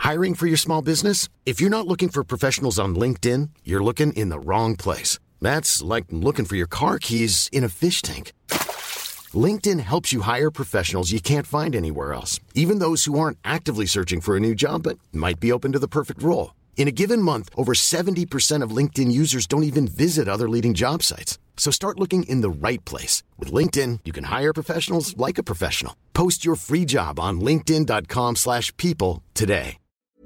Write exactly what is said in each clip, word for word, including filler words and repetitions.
Hiring for your small business? If you're not looking for professionals on LinkedIn, you're looking in the wrong place. That's like looking for your car keys in a fish tank. LinkedIn helps you hire professionals you can't find anywhere else, even those who aren't actively searching for a new job but might be open to the perfect role. In a given month, over seventy percent of LinkedIn users don't even visit other leading job sites. So start looking in the right place. With LinkedIn, you can hire professionals like a professional. Post your free job on linkedin dot com slash people today.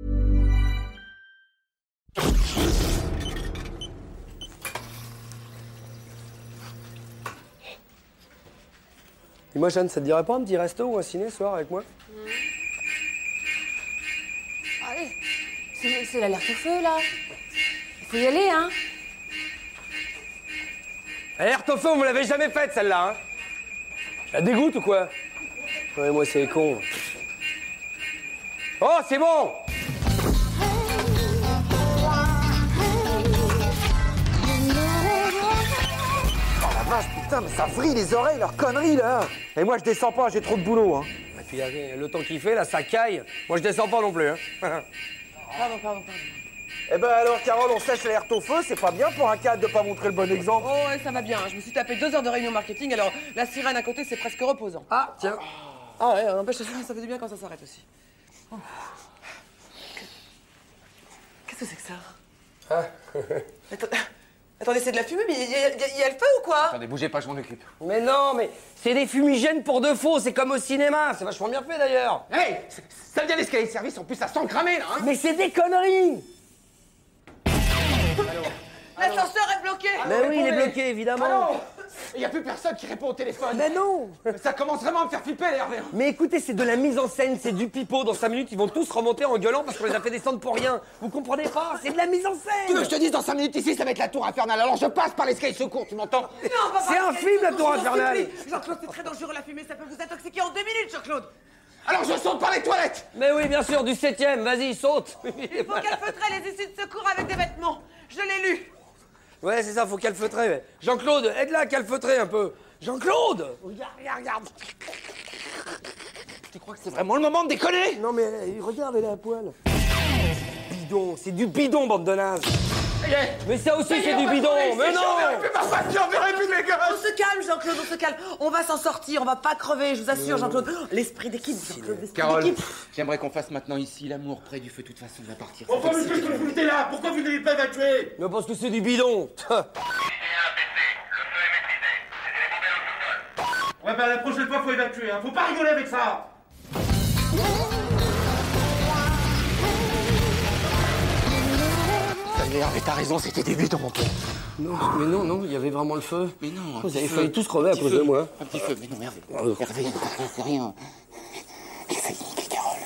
Et moi, Jeanne, ça te dirait pas un petit resto ou un ciné ce soir avec moi? mmh. Allez, c'est, c'est l'alerte au feu, là. Il faut y aller, hein. Alerte au feu, on me l'avait jamais faite, celle-là, hein. Ça dégoûte ou quoi? Ouais, moi, c'est con. Oh, c'est bon! Putain, mais ça vrille les oreilles, leurs conneries, là. Et moi, je descends pas, j'ai trop de boulot, hein. Et puis, le temps qu'il fait, là, ça caille. Moi, je descends pas non plus, hein. Pardon, pardon, pardon. Eh ben alors, Carole, on sèche l'alerte au feu, c'est pas bien pour un cadre de pas montrer le bon exemple. Oh, ouais, ça va bien. Je me suis tapé deux heures de réunion marketing, alors la sirène à côté, c'est presque reposant. Ah, tiens. Ah ouais, n'empêche, ça fait du bien quand ça s'arrête aussi. Oh. Qu'est-ce que c'est que ça? Ah. Attends, attendez, c'est de la fumée, mais il y, y, y a le feu ou quoi? Attendez, bougez pas, je m'en occupe. Mais non, mais c'est des fumigènes pour de faux, c'est comme au cinéma, c'est vachement bien fait d'ailleurs. Hey, ça vient l'escalier de service, en plus ça sent cramé là, hein. Mais c'est des conneries. L'ascenseur est bloqué. Mais oui, il est bloqué, évidemment. Il n'y a plus personne qui répond au téléphone. Mais non. Ça commence vraiment à me faire flipper, les Hervé. Mais écoutez, c'est de la mise en scène, c'est du pipeau. Dans cinq minutes, ils vont tous remonter en gueulant parce qu'on les a fait descendre pour rien. Vous comprenez pas? C'est de la mise en scène. Tu veux que je te dise, dans cinq minutes ici, ça va être la tour infernale. Alors je passe par l'escalier secours, tu m'entends? Non, papa, c'est un film, la tour infernale. Jean-Claude, c'est très dangereux, la fumée, ça peut vous intoxiquer en deux minutes, Jean-Claude. Alors je saute par les toilettes. Mais oui, bien sûr, du septième, vas-y, saute. Il faut calfeutrer les issues de secours avec des vêtements. Je l'ai lu. Ouais, c'est ça, faut calfeutrer. Jean-Claude, aide-la à calfeutrer un peu. Jean-Claude! Regarde, regarde, regarde. Tu crois que c'est vraiment le moment de déconner? Non mais regarde, elle est à poil. Bidon, c'est du bidon, bande de nazes. Mais ça aussi, c'est du bidon. Mais non! On se calme, Jean-Claude, on se calme. On va s'en sortir, on va pas crever, je vous assure, Jean-Claude. L'esprit d'équipe, Jean-Claude, l'esprit Carole, d'équipe. j'aimerais qu'on fasse maintenant ici l'amour près du feu. De toute façon, on va partir. Enfin, mais qu'est-ce que vous foutez là? Pourquoi vous n'avez pas évacué? Mais parce que c'est du bidon. Ouais, bah la prochaine fois, faut évacuer, hein. Faut pas rigoler avec ça. Mais t'as raison, c'était des bidons, mon père. Non, mais non, non, il y avait vraiment le feu. Mais non, vous avez failli tous crever à cause de moi. Un petit feu, mais non, Hervé. Oh, Hervé, c'est rien. J'ai failli niquer Carole.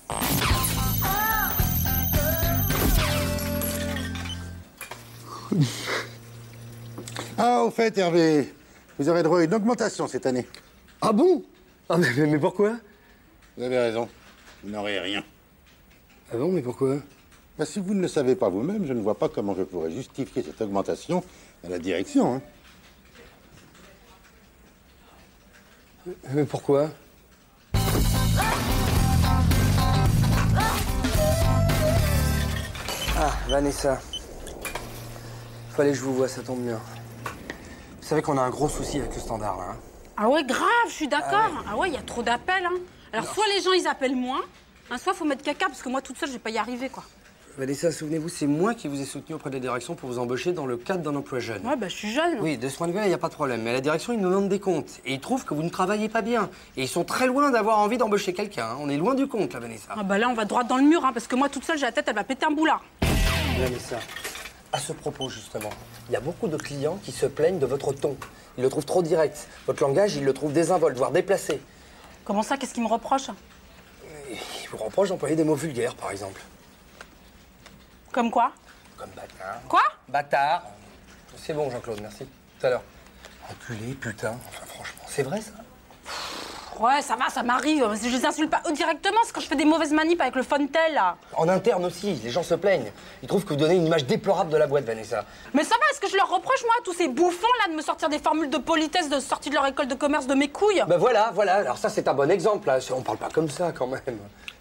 Ah, au fait, Hervé, vous aurez droit à une augmentation cette année. Ah bon? Ah mais, mais pourquoi? Vous avez raison, vous n'aurez rien. Ah bon, mais pourquoi? Bah, si vous ne le savez pas vous-même, je ne vois pas comment je pourrais justifier cette augmentation à la direction. Hein. Mais pourquoi? Ah, Vanessa. Fallait que je vous voie, ça tombe bien. Vous savez qu'on a un gros souci avec le standard, là. Hein. Ah ouais, grave, je suis d'accord. Ah ouais, il y a trop d'appels. Hein. Alors, soit les gens, ils appellent moins, hein, soit faut mettre caca, parce que moi, toute seule, je vais pas y arriver, quoi. Vanessa, souvenez-vous, c'est moi qui vous ai soutenu auprès de la direction pour vous embaucher dans le cadre d'un emploi jeune. Ouais, bah, je suis jeune. Oui, de ce point de vue-là, il n'y a pas de problème. Mais à la direction, ils nous demandent des comptes. Et ils trouvent que vous ne travaillez pas bien. Et ils sont très loin d'avoir envie d'embaucher quelqu'un. Hein. On est loin du compte, là, Vanessa. Ah bah là, on va droit dans le mur, hein, parce que moi, toute seule, j'ai la tête, elle va péter un boulard. Vanessa, à ce propos, justement, il y a beaucoup de clients qui se plaignent de votre ton. Ils le trouvent trop direct. Votre langage, ils le trouvent désinvolte, voire déplacé. Comment ça, qu'est-ce qu'ils me reprochent? Ils vous reprochent d'employer des mots vulgaires, par exemple. Comme quoi? Comme bâtard. Quoi? Bâtard. C'est bon, Jean-Claude, merci. Tout à l'heure. Enculé, putain. Enfin, franchement, c'est vrai, ça? Ouais, ça va, ça m'arrive. Je les insulte pas directement, c'est quand je fais des mauvaises manips avec le Fontel, là. En interne aussi, les gens se plaignent. Ils trouvent que vous donnez une image déplorable de la boîte, Vanessa. Mais ça va, est-ce que je leur reproche, moi, tous ces bouffons, là, de me sortir des formules de politesse de sortie de leur école de commerce de mes couilles? Ben voilà, voilà. Alors ça, c'est un bon exemple, là. On parle pas comme ça, quand même.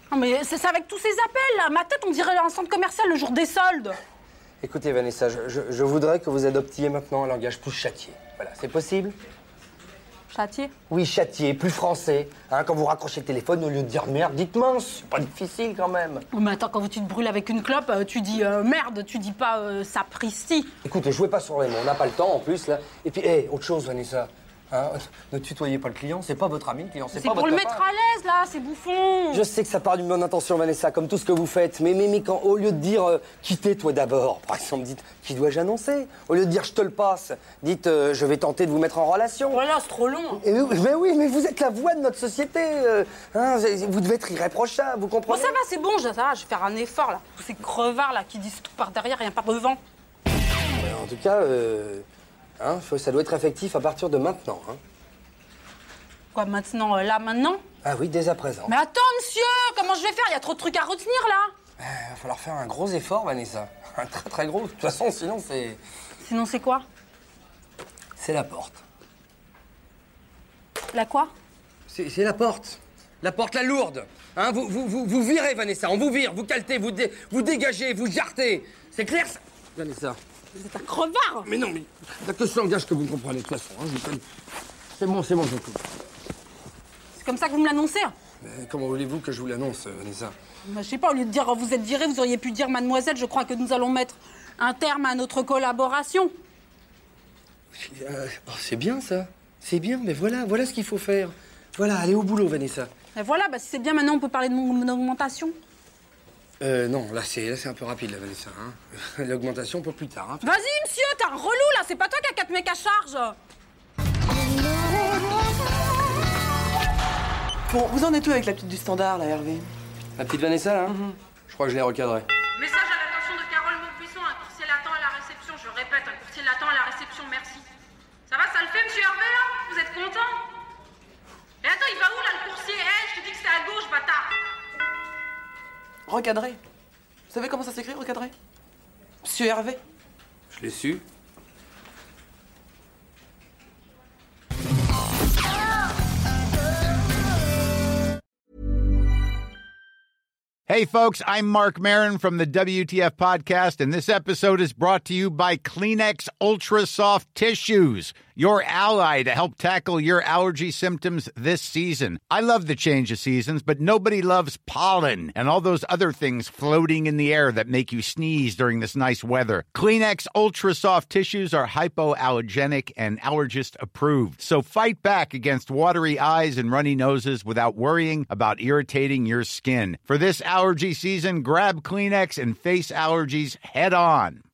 Non mais c'est ça avec tous ces appels là. Ma tête, on dirait un centre commercial le jour des soldes. Écoutez, Vanessa, je, je, je voudrais que vous adoptiez maintenant un langage plus châtié. Voilà, c'est possible? Châtié? Oui, châtié, plus français. Hein, quand vous raccrochez le téléphone, au lieu de dire merde, dites mince. C'est pas difficile quand même. Oh, mais attends, quand tu te brûles avec une clope, euh, tu dis euh, merde, tu dis pas euh, sapristi. Écoute, jouez pas sur les mots, on n'a pas le temps en plus là. Et puis, hé, autre chose, Vanessa. Hein, ne tutoyez pas le client, c'est pas votre ami le client, c'est pas pour votre le copain. mettre à l'aise là, c'est bouffon. Je sais que ça part d'une bonne intention, Vanessa, comme tout ce que vous faites. Mais, mais, mais quand, au lieu de dire euh, quittez toi d'abord, par exemple, dites qui dois-je annoncer? Au lieu de dire je te le passe, dites euh, je vais tenter de vous mettre en relation. Voilà, c'est trop long. Et, mais oui, mais vous êtes la voix de notre société. euh, hein, vous devez être irréprochable, vous Bon, comprenez? ça va, c'est bon, ça va, je vais faire un effort là. Tous ces crevards là qui disent tout par derrière, rien par devant. Euh, En tout cas, euh, hein, faut- ça doit être effectif à partir de maintenant. Hein. Quoi, maintenant, euh, là, maintenant? Ah oui, dès à présent. Mais attends, monsieur, comment je vais faire? Il y a trop de trucs à retenir là. Il va falloir faire un gros effort, Vanessa. Un très très gros. De toute façon, sinon c'est... Sinon, c'est quoi? C'est la porte. La quoi? C'est c'est la porte. La porte, la lourde. Hein, vous, vous, vous, vous virez, Vanessa. On vous vire, vous caltez, vous, dé- vous dégagez, vous jartez. C'est clair, ça Vanessa. Vous êtes un crevard. Mais non, mais il n'y a que ce langage que vous comprenez, de toute façon. Hein, je vous connais. C'est bon, c'est bon, je vous coupe. C'est comme ça que vous me l'annoncez? Mais comment voulez-vous que je vous l'annonce, Vanessa? Bah, je sais pas, au lieu de dire vous êtes viré, vous auriez pu dire mademoiselle, je crois que nous allons mettre un terme à notre collaboration. Euh, oh, c'est bien, ça. C'est bien, mais voilà, voilà ce qu'il faut faire. Voilà, allez au boulot, Vanessa. Et voilà, bah, si c'est bien, maintenant on peut parler de mon, mon augmentation. Euh, non, là, c'est là, c'est un peu rapide, là, Vanessa. Hein. L'augmentation pour plus tard. Hein. Vas-y, monsieur, t'es un relou là, c'est pas toi qui as quatre mecs à charge. Bon, vous en êtes où avec la petite du standard, là, Hervé? La petite Vanessa, là hein Je crois que je l'ai recadrée. Message à l'attention de Carole Maubuisson, un coursier latent à la réception. Je répète, un coursier latent à la réception, merci. Ça va, ça le fait, monsieur Hervé, là? Vous êtes content? Et attends, il va où, là, le coursier? Hé, je te dis que c'est à gauche, bâtard. Recadré. Vous savez comment ça s'écrit, recadré? Monsieur Hervé? Je l'ai su. Hey, folks, I'm Mark Maron from the W T F Podcast, and this episode is brought to you by Kleenex Ultra Soft Tissues, your ally to help tackle your allergy symptoms this season. I love the change of seasons, but nobody loves pollen and all those other things floating in the air that make you sneeze during this nice weather. Kleenex Ultra Soft Tissues are hypoallergenic and allergist approved, so fight back against watery eyes and runny noses without worrying about irritating your skin. For this allergy season, grab Kleenex and face allergies head on.